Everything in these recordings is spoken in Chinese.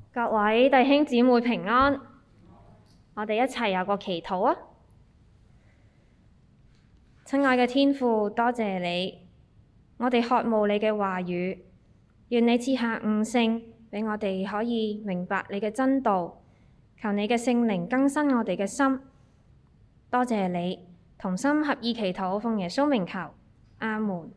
各位弟兄姊妹平安，我哋一齊有個祈禱啊！親愛嘅天父，多謝你，我哋渴慕你嘅話語，願你賜下悟性，俾我哋可以明白你嘅真道。求你嘅聖靈更新我哋嘅心。多謝你，同心合意祈禱，奉耶穌名求，阿門。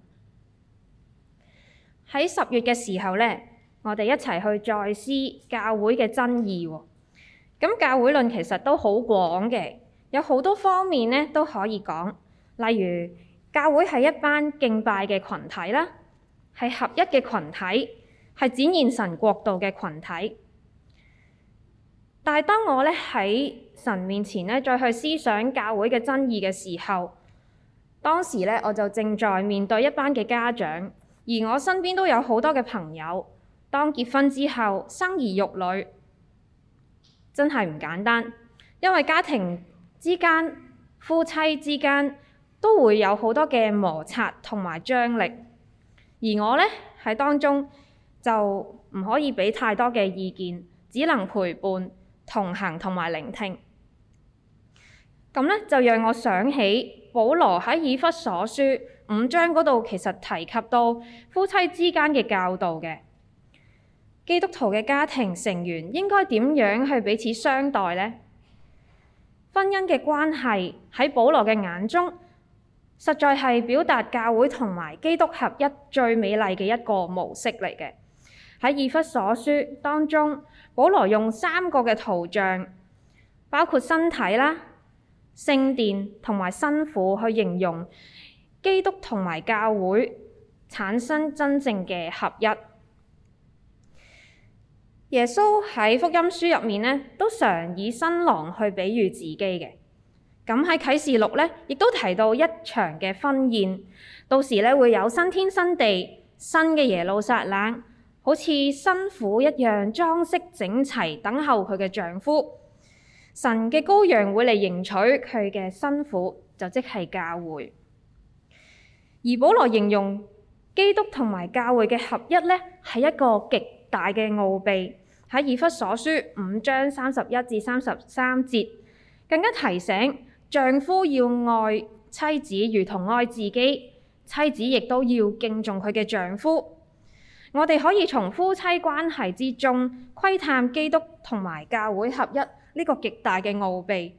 喺10月嘅時候呢，我哋一齊去再思教會嘅真義喎。咁教會論其實都好廣嘅，有好多方面呢都可以講。例如教會係一班敬拜嘅群體啦，係合一嘅群體，係展現神國度嘅群體。但係當我呢喺神面前呢再去思想教會嘅真義嘅時候，當時呢我就正在面對一班嘅家長，而我身邊都有好多嘅朋友。當結婚之後生兒育女，真係唔簡單，因為家庭之間、夫妻之間都會有好多嘅摩擦同埋張力，而我呢喺當中就唔可以俾太多嘅意見，只能陪伴、同行同埋聆聽。咁呢就讓我想起保羅喺以弗所書5章嗰度其實提及到夫妻之間嘅教導嘅。基督徒嘅家庭成員應該點樣去彼此相待呢？婚姻嘅關係喺保羅嘅眼中，實在係表達教會同埋基督合一最美麗嘅一個模式嚟嘅。喺以弗所書當中，保羅用3個嘅圖像，包括身體啦、聖殿同埋新婦去形容基督同埋教會產生真正嘅合一。耶穌喺福音書入面呢，都常以新郎去比喻自己嘅。咁喺啟示錄呢，亦都提到一場嘅婚宴，到時呢會有新天新地、新嘅耶路撒冷，好似新婦一樣裝飾整齊，等候佢嘅丈夫。神嘅羔羊會嚟迎娶佢嘅新婦，就即係教會。而保羅形容基督同埋教會嘅合一呢，係一個極大嘅奧秘。喺以弗所書5章31至33節，更加提醒丈夫要愛妻子如同愛自己，妻子亦都要敬重佢嘅丈夫。我哋可以從夫妻關係之中窺探基督同埋教會合一呢個極大嘅奧秘。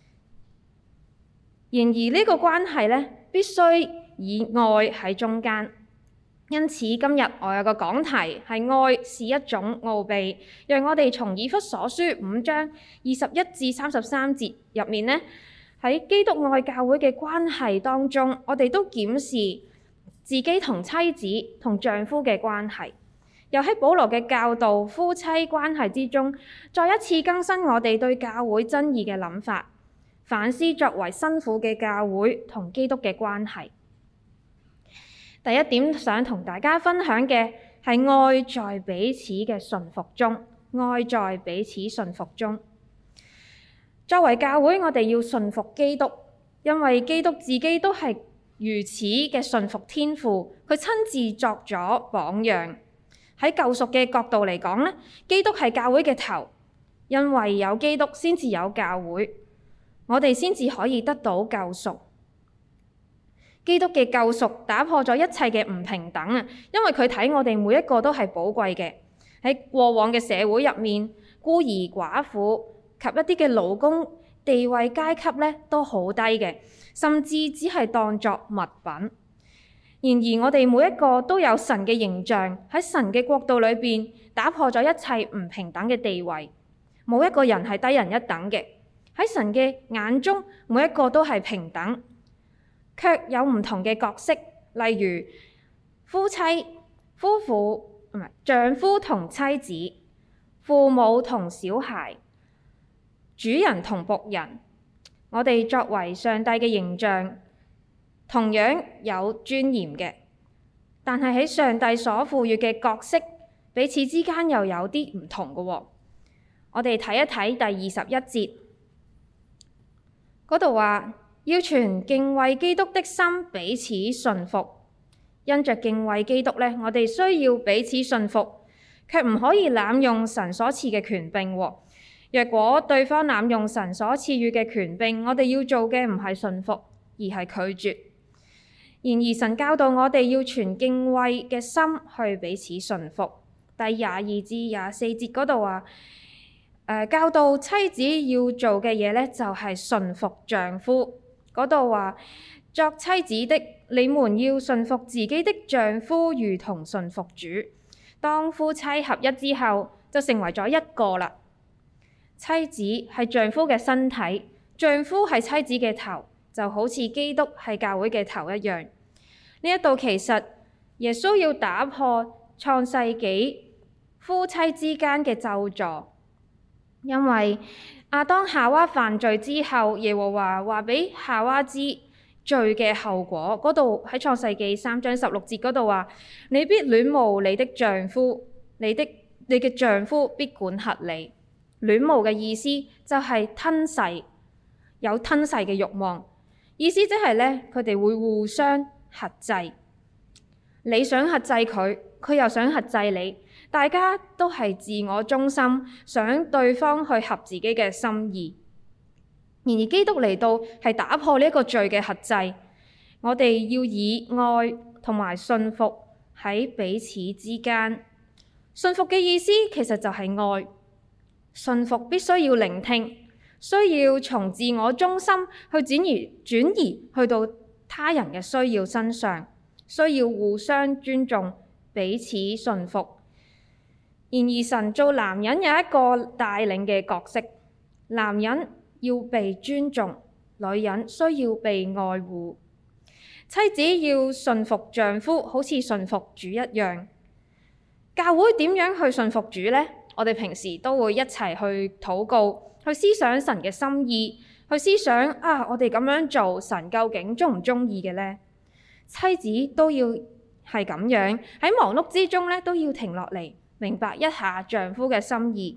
然而呢個關係呢，必須以愛喺中間。因此今日我有個講題係愛是一種奧秘，讓我哋從以弗所書5章21至33節入面呢，喺基督愛教會嘅關係當中，我哋都檢視自己同妻子同丈夫嘅關係，又喺保羅嘅教導夫妻關係之中，再一次更新我哋對教會真義嘅諗法，反思作為新婦嘅教會同基督嘅關係。第一點想同大家分享嘅係愛在彼此嘅順服中，愛在彼此順服中。作為教會，我哋要順服基督，因為基督自己都係如此嘅順服天父，佢親自作咗榜樣。喺救贖嘅角度嚟講呢，基督係教會嘅頭，因為有基督先至有教會，我哋先至可以得到救贖。基督嘅救贖打破咗一切嘅唔平等啊！因為佢睇我哋每一個都係寶貴嘅。喺過往嘅社會入面，孤兒寡婦及一啲嘅勞工地位階級咧都好低嘅，甚至只係當作物品。然而我哋每一個都有神嘅形象，喺神嘅國度裏邊打破咗一切唔平等嘅地位，冇一個人係低人一等嘅。喺神嘅眼中，每一個都係平等。卻有唔同嘅角色，例如夫妻、夫婦丈夫同妻子、父母同小孩、主人同僕人。我哋作為上帝嘅形象，同樣有尊嚴嘅，但係喺上帝所賦予嘅角色，彼此之間又有啲唔同嘅喎。我哋睇一睇第21節嗰度話，要存敬畏基督的心彼此順服。因着敬畏基督呢，我哋需要彼此順服， 卻唔可以濫用神所賜嘅權柄喎。若果對方濫用神所賜予嘅權柄，我哋要做嘅唔係順服，而係拒絕。然而神教導我哋要存敬畏嘅心去彼此順服。第22至24節嗰度話，教導妻子要做嘅嘢呢，就係順服丈夫。嗰度話，作妻子的，你們要順服自己的丈夫，如同順服主。當夫妻合一之後，就成為咗一個啦。妻子係丈夫嘅身體，丈夫係妻子嘅頭，就好似基督係教會嘅頭一樣。呢一度其實耶穌要打破創世紀夫妻之間嘅咒詛，因為亞當夏娃犯罪之後，耶和華話俾夏娃知罪嘅後果。嗰度喺創世紀3章16節嗰度話：你必戀慕你的丈夫，你嘅丈夫必管轄你。戀慕嘅意思就係吞噬，有吞噬嘅慾望。意思即係呢，佢哋會互相轄制。你想轄制佢，佢又想轄制你，大家都係自我中心，想對方去合自己嘅心意。然而基督嚟到係打破呢一個罪嘅轄制，我哋要以愛同埋順服喺彼此之間。順服嘅意思其實就係愛。順服必須要聆聽，需要從自我中心去轉移去到他人嘅需要身上，需要互相尊重，彼此順服。然而神做男人有一個帶領嘅角色，男人要被尊重，女人需要被愛護。妻子要順服丈夫，好似順服主一樣。教會點樣去順服主呢？我哋平時都會一齊去禱告，去思想神嘅心意，去思想我哋咁樣做，神究竟鍾唔鍾意嘅呢？妻子都要係咁樣，喺忙碌之中呢，都要停落嚟，明白一下丈夫嘅心意。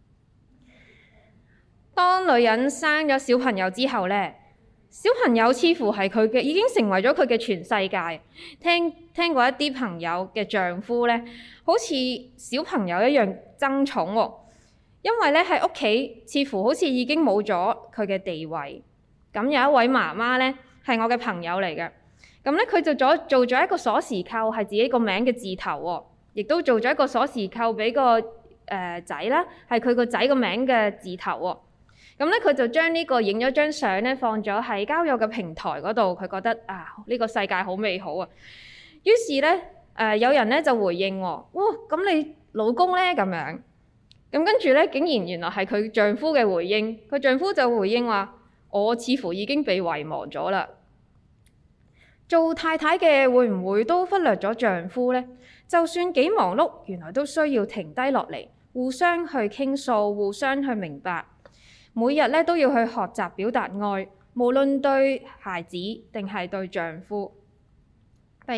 當女人生咗小朋友之後呢，小朋友似乎係佢嘅，已經成為咗佢嘅全世界。聽過一啲朋友嘅丈夫呢，好似小朋友一樣爭寵喎，因為呢喺屋企似乎好似已經冇咗佢嘅地位。咁有一位媽媽呢，係我嘅朋友嚟嘅，咁呢佢就做咗一個鎖匙扣，係自己個名嘅字頭喎，亦都做咗一個鎖匙扣俾個仔啦，係佢個仔個名嘅字頭喎。咁咧，佢就將呢個影咗張相咧，放咗喺交友嘅平台嗰度。佢覺得呢個世界好美好啊。於是咧，有人咧就回應喎，哇！咁你老公咧咁樣？咁跟住咧，竟然原來係佢丈夫嘅回應。佢丈夫就回應話：我似乎已經被遺忘咗啦。做太太嘅會唔會都忽略咗丈夫呢？就算幾忙碌，原來都需要停低落嚟，互相去傾訴，互相去明白。每日咧都要去學習表達愛，無論對孩子定係對丈夫。第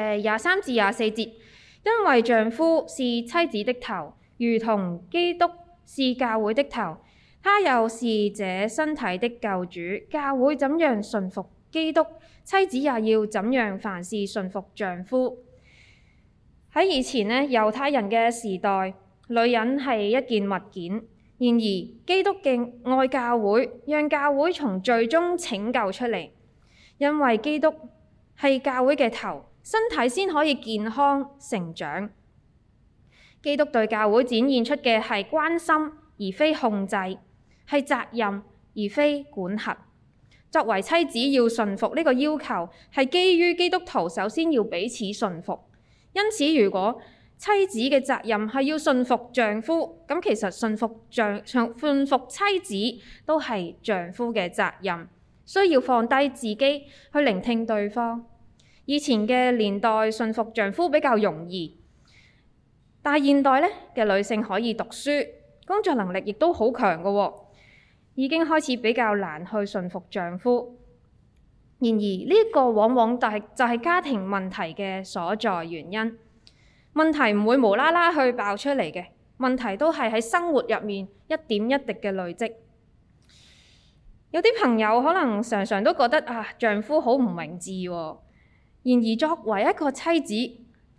23至24節，因為丈夫是妻子的頭，如同基督是教會的頭，他又是這身體的救主。教會怎樣順服基督，妻子也要怎樣凡事順服丈夫。喺以前呢，猶太人嘅時代，女人係一件物件。然而，基督嘅愛教會，讓教會從罪中拯救出嚟。因為基督係教會嘅頭，身體先可以健康成長。基督對教會展現出嘅係關心，而非控制；係責任，而非管轄。作為妻子要順服呢個要求，係基於基督徒首先要彼此順服。因此，如果妻子嘅責任係要順服丈夫，咁其實順服妻子都係丈夫嘅責任，需要放低自己去聆聽對方。以前嘅年代順服丈夫比較容易，但係現代嘅女性可以讀書，工作能力亦都好強嘅，已經開始比較難去順服丈夫。然而呢個往往就係家庭問題嘅所在原因。問題唔會無啦啦去爆出嚟嘅，問題都係喺生活入面一點一滴嘅累積。有啲朋友可能常常都覺得丈夫好唔明智喎。然而作為一個妻子，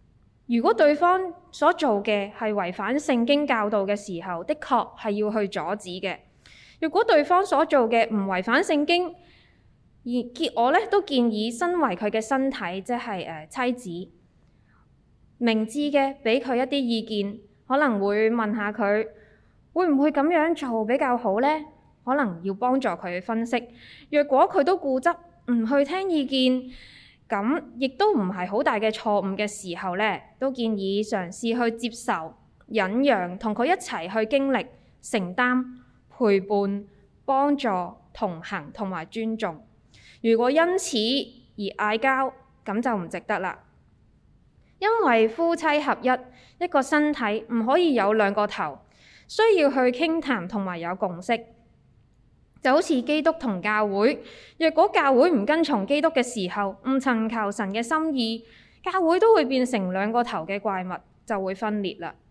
如果對方所做嘅係違反聖經教導嘅時候，的確係要去阻止嘅。如果對方所做嘅唔違反聖經，我咧都建議身為佢嘅身體，即係妻子，明智嘅俾佢一啲意見，可能會問下佢會唔會咁樣做比較好呢？可能要幫助佢去分析。若果佢都固執唔去聽意見，咁亦都唔係好大嘅錯誤嘅時候呢，都建議嘗試去接受、忍讓，同佢一齊去經歷、承擔、陪伴、幫助、同行同埋尊重。如果因此而嗌交，咁就唔值得啦。因為夫妻合一，一個身體唔可以有兩個頭，需要去傾談同埋有共識。就好似基督同教會，若果教會唔跟從基督嘅時候，唔尋求神嘅心意，教會都會變成兩個頭嘅怪物，就會分裂啦。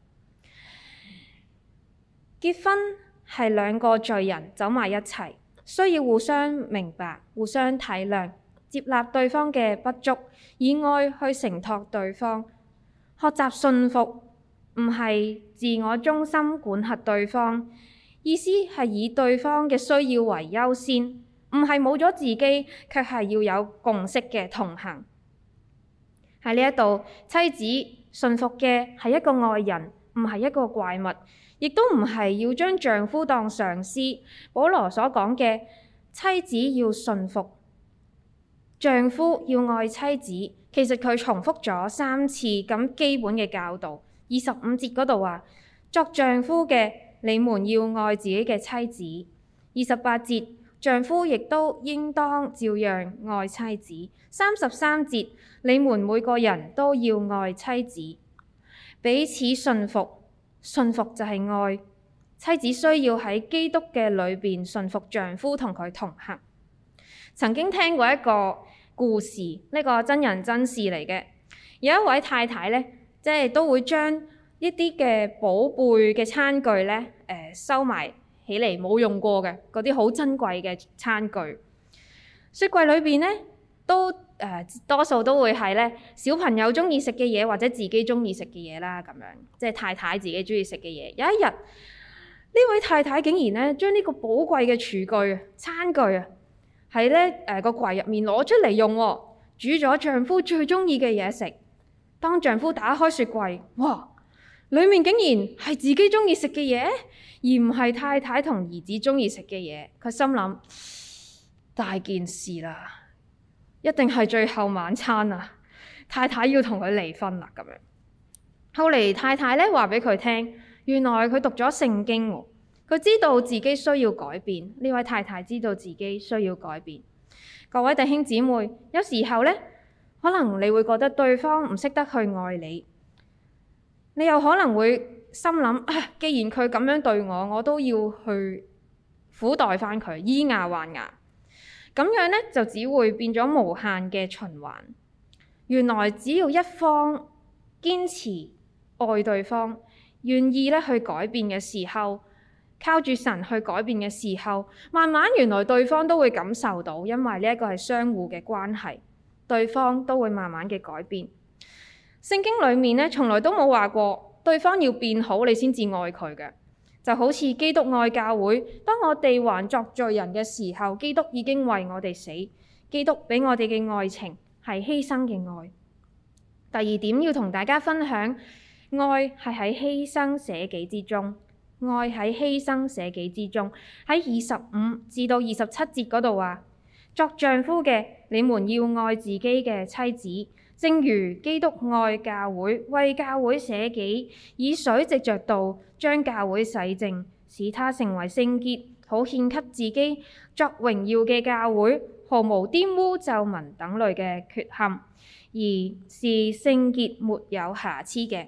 結婚係兩個罪人走埋一齊，需要互相明白、互相體諒，接納對方嘅不足，以愛去承托對方，學習信服，唔係自我中心管轄對方。意思係以對方嘅需要為優先，唔係冇咗自己，卻係要有共識嘅同行。喺呢一度，妻子順服嘅係一個愛人，唔係一個怪物，亦都唔係要將丈夫當上司。保羅所講嘅妻子要順服，丈夫要愛妻子，其實佢重複咗3次咁基本嘅教導。25節嗰度話，作丈夫嘅，你們要愛自己嘅妻子。28節，丈夫亦都應當照樣愛妻子。33節，你們每個人都要愛妻子，彼此順服。順服就係愛。妻子需要喺基督嘅裏邊順服丈夫，同佢同行。曾經聽過一個故事，呢個真人真事嚟嘅。有一位太太呢，即係都會將一啲嘅寶貝嘅餐具呢，收埋起嚟冇用過嘅嗰啲好珍貴嘅餐具，雪櫃裏邊呢，都多數都會係呢小朋友中意食嘅嘢，或者自己中意食嘅嘢啦，咁樣即係太太自己中意食嘅嘢。有一日，呢位太太竟然呢將呢個寶貴嘅廚具餐具啊喺呢個櫃入面攞出嚟用，煮咗丈夫最中意嘅嘢食。當丈夫打開雪櫃，哇！裡面竟然係自己中意食嘅嘢，而唔係太太同兒子中意食嘅嘢。佢心諗，大件事啦，一定係最後晚餐啊！太太要同佢離婚啦咁樣。後嚟太太呢話俾佢聽，原來佢讀咗聖經喎，佢知道自己需要改變。呢位太太知道自己需要改變。各位弟兄姊妹，有時候呢，可能你會覺得對方唔識得去愛你。你又可能會心諗，既然佢咁樣對我，我都要去苦待返佢，以牙還牙。咁樣呢，就只會變咗無限嘅循環。原來只要一方堅持愛對方，願意咧去改變嘅時候，靠住神去改變嘅時候，慢慢原來對方都會感受到，因為呢一個係相互嘅關係，對方都會慢慢嘅改變。聖經裡面呢，從來都冇話過對方要變好你先至愛佢嘅，就好似基督愛教會，當我哋還作罪人嘅時候，基督已經為我哋死。基督俾我哋嘅愛情係犧牲嘅愛。第二點要同大家分享，愛係喺犧牲捨己之中，愛喺犧牲捨己之中。喺25至到27節嗰度話，作丈夫嘅，你們要愛自己嘅妻子，正如基督愛教會，為教會捨己，以水藉着道將教會洗淨，使他成為聖潔，好獻給自己作榮耀嘅教會，毫無玷污、皺紋等類嘅缺陷，而是聖潔沒有瑕疵嘅。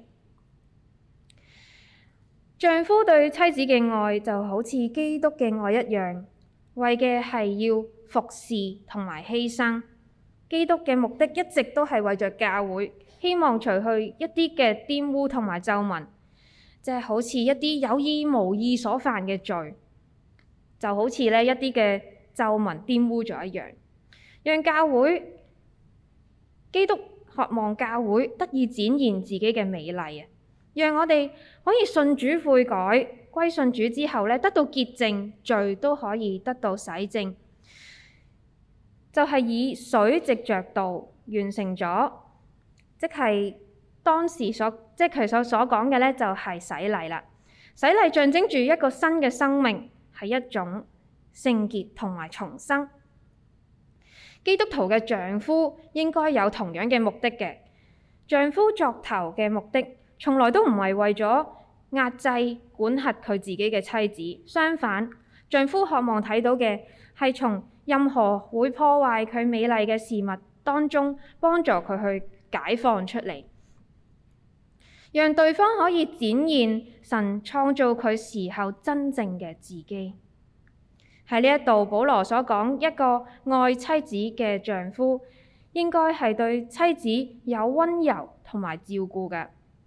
丈夫對妻子嘅愛就好似基督嘅愛一樣，為嘅係要服侍同埋犧牲。基督嘅目的一直都係為着教會，希望除去一啲嘅玷污同埋皺紋，即係好似一啲有意無意所犯嘅罪，就好似呢一啲嘅皺紋玷污咗一樣，讓教會基督渴望教會得以展現自己嘅美麗啊！讓我哋可以信主悔改，歸信主之後咧，得到潔淨，罪都可以得到洗淨，就係以水藉着道完成咗，即係當時即係佢所講嘅咧，就係洗禮啦。洗禮象徵住一個新嘅生命，係一種聖潔同埋重生。基督徒嘅丈夫應該有同樣嘅目的嘅。丈夫作頭嘅目的，從來都唔係為咗壓制管轄佢自己嘅妻子，相反，丈夫渴望睇到嘅係從任何會破壞佢美麗嘅事物當中幫助佢去解放出嚟，讓對方可以展現神創造佢時候真正嘅自己。喺呢一度，保羅所講一個愛妻子嘅丈夫，應該係對妻子有溫柔同埋照顧嘅。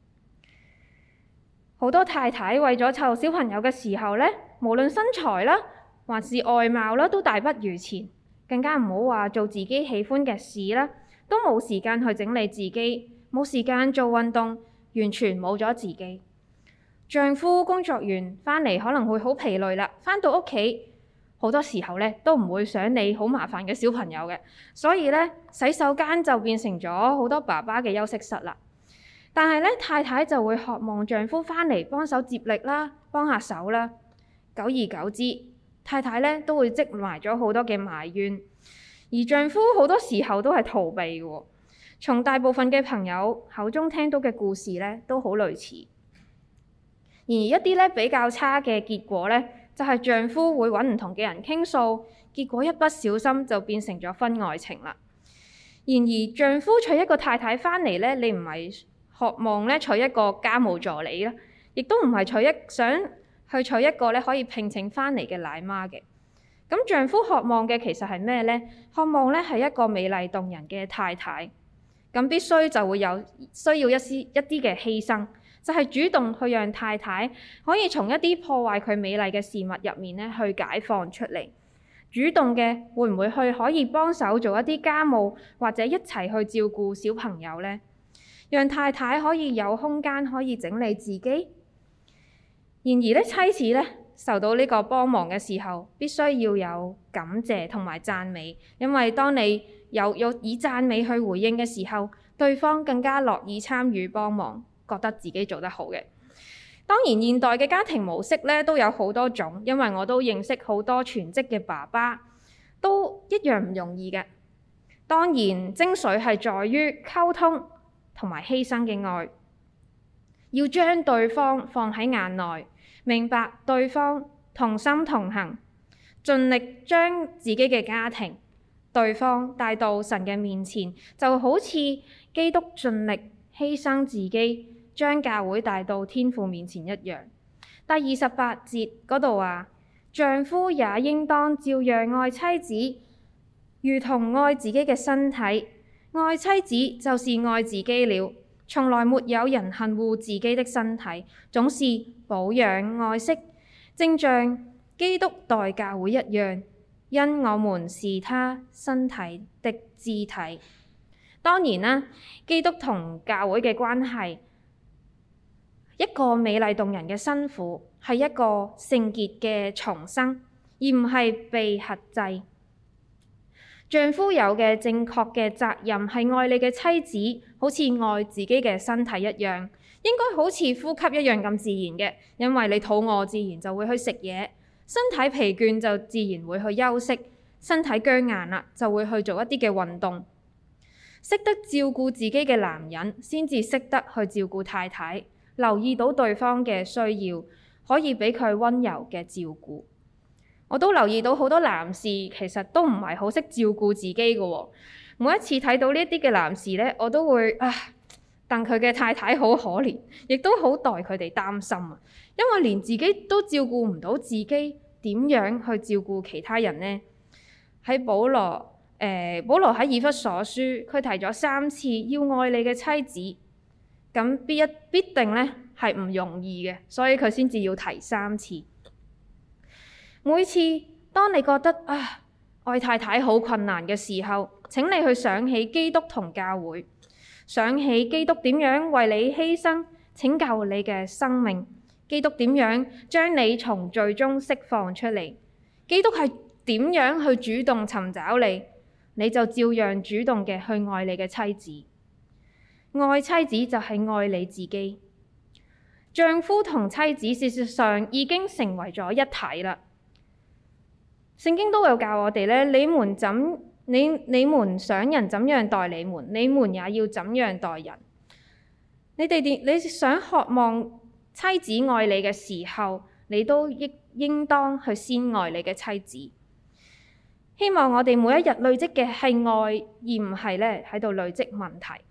好多太太為咗湊小朋友嘅時候呢，無論身材啦，還是外貌啦，都大不如前，更加唔好話做自己喜歡嘅事啦，都冇時間去整理自己，冇時間做運動，完全冇咗自己。丈夫工作完返嚟可能會好疲累啦，返到屋企好多時候咧都唔會想理好麻煩嘅小朋友嘅，所以咧洗手間就變成咗好多爸爸嘅休息室啦。但係咧太太就會渴望丈夫返嚟幫手接力啦，幫下手啦。久而久之，太太咧都會積埋咗好多嘅埋怨，而丈夫好多時候都係逃避嘅。從大部分嘅朋友口中聽到嘅故事咧都好類似。而一啲咧比較差嘅結果咧，就係丈夫會揾唔同嘅人傾訴，結果一不小心就變成咗婚外情啦。然而丈夫娶一個太太返嚟咧，你唔係渴望咧娶一個家務助理啦，亦都唔係想去娶一個咧可以聘請返嚟嘅奶媽嘅。咁丈夫渴望嘅其實係咩呢？渴望咧係一個美麗動人嘅太太，咁必須就會需要一啲嘅犧牲。就係主動去讓太太可以從一啲破壞佢美麗嘅事物入面咧去解放出嚟。主動嘅會唔會可以幫手做一啲家務，或者一齊去照顧小朋友呢？讓太太可以有空間可以整理自己。然而咧，妻子咧受到呢個幫忙嘅時候，必須要有感謝同埋讚美，因為當你有以讚美去回應嘅時候，對方更加樂意參與幫忙，覺得自己做得好嘅。當然現代嘅家庭模式咧都有好多種，因為我都認識好多全職嘅爸爸，都一樣唔容易嘅。當然精髓係在於溝通同埋犧牲嘅愛，要將對方放喺眼內，明白對方，同心同行，盡力將自己嘅家庭、對方帶到神嘅面前，就好似基督盡力犧牲自己，將教會帶到天父面前一樣。第28節嗰度話：丈夫也應當照樣愛妻子，如同愛自己嘅身體。愛妻子就是愛自己了。從來沒有人恨惡自己的身體，總是保養愛惜，正像基督待教會一樣，因我們是他身體的肢體。當然啦，基督同教會嘅關係，一個美麗動人嘅新婦，係一個聖潔嘅重生，而唔係被轄制。丈夫有嘅正確嘅責任係愛你嘅妻子，好似愛自己嘅身體一樣，應該好似呼吸一樣咁自然嘅。因為你肚餓，自然就會去食嘢；身體疲倦就自然會去休息；身體僵硬啦，就會去做一啲嘅運動。識得照顧自己嘅男人，先至識得去照顧太太，留意到對方嘅需要，可以俾佢溫柔嘅照顧。我都留意到好多男士其實都唔係好識照顧自己嘅喎。每一次睇到呢啲嘅男士呢，我都會戥佢嘅太太好可憐，亦都好代佢哋擔心啊。因為連自己都照顧唔到自己，點樣去照顧其他人呢？喺保羅喺以弗所書，佢提咗3次要愛你嘅妻子，咁必定呢係唔容易嘅，所以佢先至要提3次。每次當你覺得愛太太好困難嘅時候，請你去想起基督同教會。 想起基督點樣為你犧牲，拯救你嘅生命，基督點樣將你從罪中釋放出嚟，基督係點樣去主動尋找你，你就照樣主動嘅去愛你嘅妻子。愛妻子就係愛你自己。丈夫同妻子事實上已經成為咗一體啦。聖經都有教我哋咧，你們想人怎樣待你們，你們也要怎樣待人。你想渴望妻子愛你嘅時候，你都應當去先愛你嘅妻子。希望我哋每一日累積嘅係愛，而唔係咧喺度累積問題。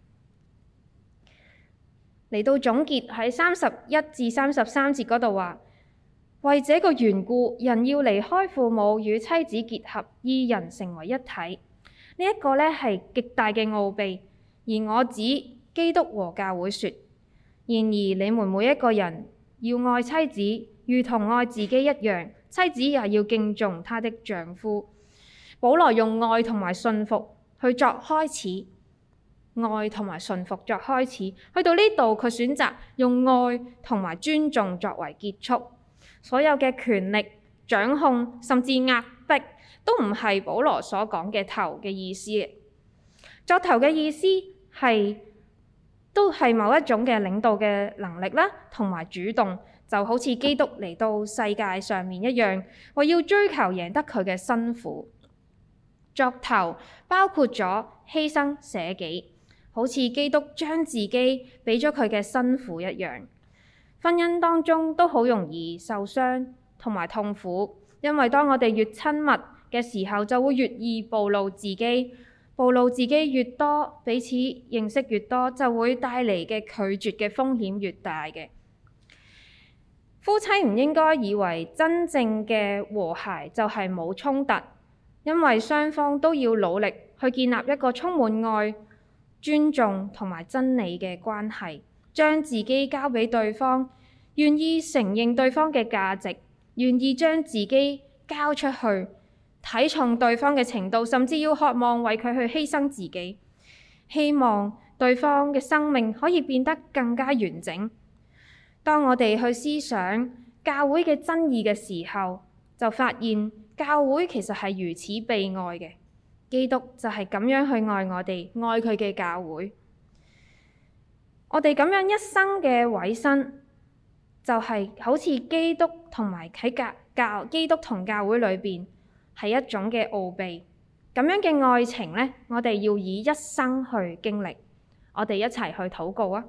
嚟到總結喺31至33節嗰度話，為這個緣故，人要離開父母與妻子結合，二人成為一體。呢一個咧係極大嘅奧秘，而我指基督和教會說。然而你們每一個人要愛妻子，如同愛自己一樣，妻子也要敬重她的丈夫。保羅用愛同埋信服去作開始。愛同埋順服作開始，去到呢度佢選擇用愛同埋尊重作為結束。所有嘅權力、掌控甚至壓迫，都唔係保羅所講嘅頭嘅意思。作頭嘅意思都係某一種嘅領導嘅能力啦，同埋主動，就好似基督嚟到世界上面一樣，為要追求贏得佢嘅辛苦。作頭包括咗犧牲捨己。好似基督將自己俾咗佢嘅辛苦一樣，婚姻當中都好容易受傷同埋痛苦，因為當我哋越親密嘅時候，就會越易暴露自己，暴露自己越多，彼此認識越多，就會帶嚟嘅拒絕嘅風險越大嘅。夫妻唔應該以為真正嘅和諧就係冇衝突，因為雙方都要努力去建立一個充滿愛、尊重同埋真理嘅關係，將自己交俾對方，願意承認對方嘅價值，願意將自己交出去，睇重對方嘅程度，甚至要渴望為佢去犧牲自己，希望對方嘅生命可以變得更加完整。當我哋去思想教會嘅真義嘅時候，就發現教會其實係如此被愛嘅。基督就係咁樣去愛我哋，愛佢嘅教會。我哋咁樣一生嘅委身，就係好似基督同埋喺基督同教會裏邊係一種嘅奧秘。咁樣嘅愛情呢，我哋要以一生去經歷。我哋一齊去禱告啊！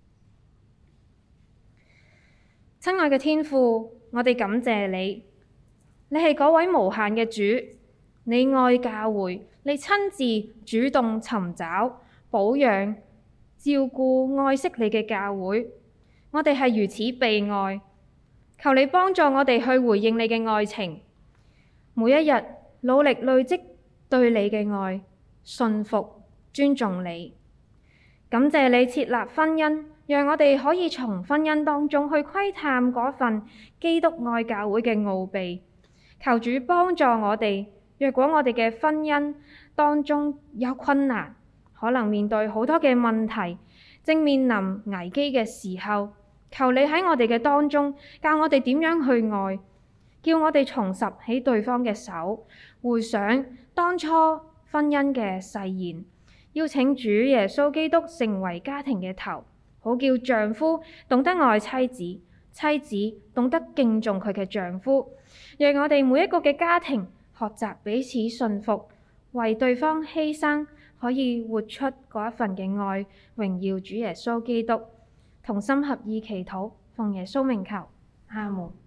親愛嘅天父，我哋感謝你，你係嗰位無限嘅主，你愛教會。你親自主動尋找、保養、照顧、愛惜你嘅教會，我哋係如此被愛。求你幫助我哋去回應你嘅愛情，每一日努力累積對你嘅愛、信服、尊重你。感謝你設立婚姻，讓我哋可以從婚姻當中去窺探嗰份基督愛教會嘅奧秘。求主幫助我哋。若果我哋嘅婚姻當中有困難，可能面對好多嘅問題，正面臨危機嘅時候，求你喺我哋嘅當中教我哋點樣去愛，叫我哋重拾起對方嘅手，回想當初婚姻嘅誓言，邀請主耶穌基督成為家庭嘅頭，好叫丈夫懂得愛妻子，妻子懂得敬重佢嘅丈夫，讓我哋每一個嘅家庭學習彼此信服，為對方犧牲，可以活出嗰一份嘅愛，榮耀主耶穌基督。同心合意祈禱，奉耶穌名求，阿門。